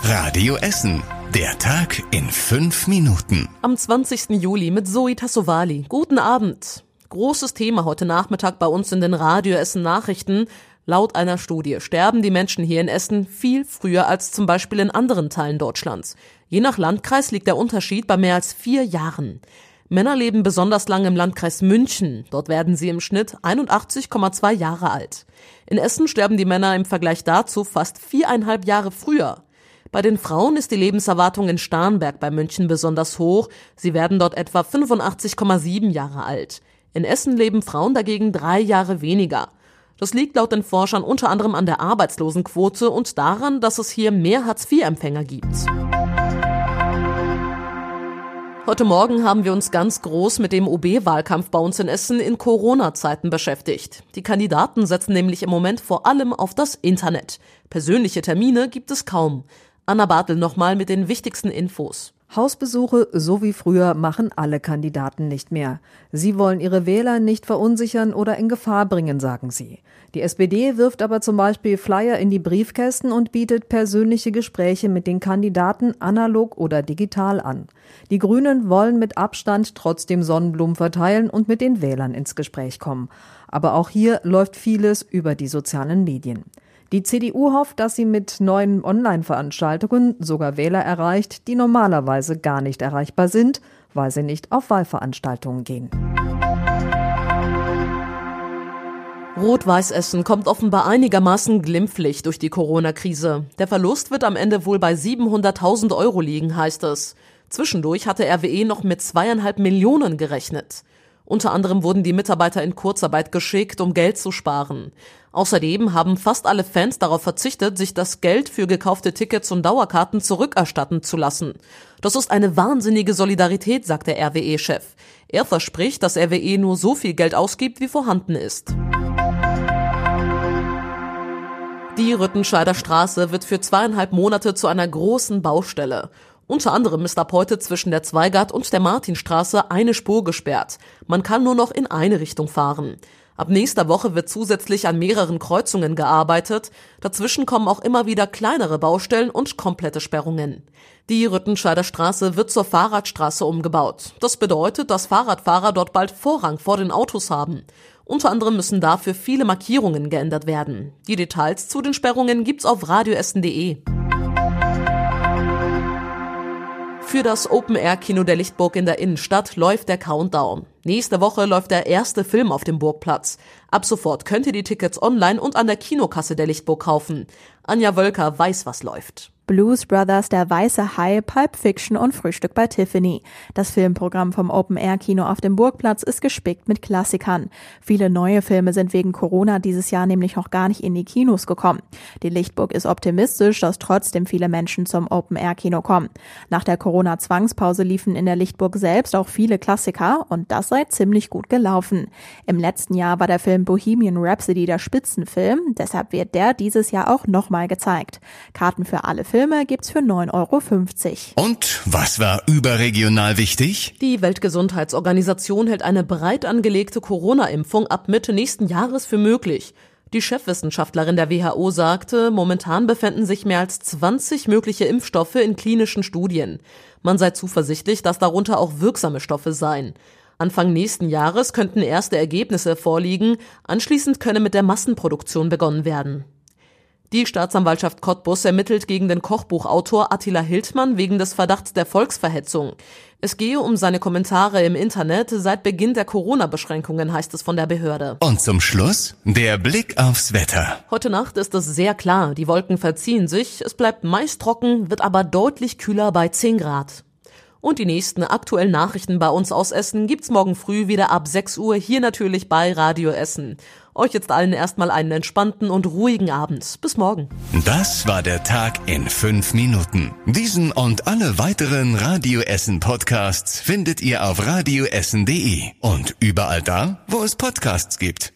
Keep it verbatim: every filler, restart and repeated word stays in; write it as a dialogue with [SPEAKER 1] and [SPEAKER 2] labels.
[SPEAKER 1] Radio Essen. Der Tag in fünf Minuten.
[SPEAKER 2] Am zwanzigsten Juli mit Zoe Tassovali. Guten Abend. Großes Thema heute Nachmittag bei uns in den Radio Essen Nachrichten. Laut einer Studie sterben die Menschen hier in Essen viel früher als zum Beispiel in anderen Teilen Deutschlands. Je nach Landkreis liegt der Unterschied bei mehr als vier Jahren. Männer leben besonders lang im Landkreis München. Dort werden sie im Schnitt einundachtzig Komma zwei Jahre alt. In Essen sterben die Männer im Vergleich dazu fast viereinhalb Jahre früher. Bei den Frauen ist die Lebenserwartung in Starnberg bei München besonders hoch. Sie werden dort etwa fünfundachtzig Komma sieben Jahre alt. In Essen leben Frauen dagegen drei Jahre weniger. Das liegt laut den Forschern unter anderem an der Arbeitslosenquote und daran, dass es hier mehr Hartz vier Empfänger gibt. Heute Morgen haben wir uns ganz groß mit dem O B-Wahlkampf bei uns in Essen in Corona-Zeiten beschäftigt. Die Kandidaten setzen nämlich im Moment vor allem auf das Internet. Persönliche Termine gibt es kaum. Anna Bartel nochmal mit den wichtigsten Infos.
[SPEAKER 3] Hausbesuche, so wie früher, machen alle Kandidaten nicht mehr. Sie wollen ihre Wähler nicht verunsichern oder in Gefahr bringen, sagen sie. Die S P D wirft aber zum Beispiel Flyer in die Briefkästen und bietet persönliche Gespräche mit den Kandidaten analog oder digital an. Die Grünen wollen mit Abstand trotzdem Sonnenblumen verteilen und mit den Wählern ins Gespräch kommen. Aber auch hier läuft vieles über die sozialen Medien. Die C D U hofft, dass sie mit neuen Online-Veranstaltungen sogar Wähler erreicht, die normalerweise gar nicht erreichbar sind, weil sie nicht auf Wahlveranstaltungen gehen.
[SPEAKER 2] Rot-Weiß Essen kommt offenbar einigermaßen glimpflich durch die Corona-Krise. Der Verlust wird am Ende wohl bei siebenhunderttausend Euro liegen, heißt es. Zwischendurch hatte R W E noch mit zweieinhalb Millionen gerechnet. Unter anderem wurden die Mitarbeiter in Kurzarbeit geschickt, um Geld zu sparen. Außerdem haben fast alle Fans darauf verzichtet, sich das Geld für gekaufte Tickets und Dauerkarten zurückerstatten zu lassen. Das ist eine wahnsinnige Solidarität, sagt der R W E-Chef. Er verspricht, dass R W E nur so viel Geld ausgibt, wie vorhanden ist. Die Rüttenscheider Straße wird für zweieinhalb Monate zu einer großen Baustelle. Unter anderem ist ab heute zwischen der Zweigart und der Martinstraße eine Spur gesperrt. Man kann nur noch in eine Richtung fahren. Ab nächster Woche wird zusätzlich an mehreren Kreuzungen gearbeitet. Dazwischen kommen auch immer wieder kleinere Baustellen und komplette Sperrungen. Die Rüttenscheider Straße wird zur Fahrradstraße umgebaut. Das bedeutet, dass Fahrradfahrer dort bald Vorrang vor den Autos haben. Unter anderem müssen dafür viele Markierungen geändert werden. Die Details zu den Sperrungen gibt's auf radioessen punkt de. Für das Open-Air-Kino der Lichtburg in der Innenstadt läuft der Countdown. Nächste Woche läuft der erste Film auf dem Burgplatz. Ab sofort könnt ihr die Tickets online und an der Kinokasse der Lichtburg kaufen. Anja Wölker weiß, was läuft.
[SPEAKER 4] Blues Brothers, Der weiße Hai, Pulp Fiction und Frühstück bei Tiffany. Das Filmprogramm vom Open-Air-Kino auf dem Burgplatz ist gespickt mit Klassikern. Viele neue Filme sind wegen Corona dieses Jahr nämlich noch gar nicht in die Kinos gekommen. Die Lichtburg ist optimistisch, dass trotzdem viele Menschen zum Open-Air-Kino kommen. Nach der Corona-Zwangspause liefen in der Lichtburg selbst auch viele Klassiker und das sei ziemlich gut gelaufen. Im letzten Jahr war der Film Bohemian Rhapsody der Spitzenfilm, deshalb wird der dieses Jahr auch nochmal gezeigt. Karten für alle Filme gibt's für neun Euro fünfzig.
[SPEAKER 1] Und was war überregional wichtig?
[SPEAKER 2] Die Weltgesundheitsorganisation hält eine breit angelegte Corona-Impfung ab Mitte nächsten Jahres für möglich. Die Chefwissenschaftlerin der W H O sagte, momentan befänden sich mehr als zwanzig mögliche Impfstoffe in klinischen Studien. Man sei zuversichtlich, dass darunter auch wirksame Stoffe seien. Anfang nächsten Jahres könnten erste Ergebnisse vorliegen, anschließend könne mit der Massenproduktion begonnen werden. Die Staatsanwaltschaft Cottbus ermittelt gegen den Kochbuchautor Attila Hildmann wegen des Verdachts der Volksverhetzung. Es gehe um seine Kommentare im Internet seit Beginn der Corona-Beschränkungen, heißt es von der Behörde.
[SPEAKER 1] Und zum Schluss der Blick aufs Wetter.
[SPEAKER 2] Heute Nacht ist es sehr klar, die Wolken verziehen sich, es bleibt meist trocken, wird aber deutlich kühler bei zehn Grad. Und die nächsten aktuellen Nachrichten bei uns aus Essen gibt's morgen früh wieder ab sechs Uhr, hier natürlich bei Radio Essen. Euch jetzt allen erstmal einen entspannten und ruhigen Abend. Bis morgen.
[SPEAKER 1] Das war der Tag in fünf Minuten. Diesen und alle weiteren Radio Essen Podcasts findet ihr auf radioessen punkt de und überall da, wo es Podcasts gibt.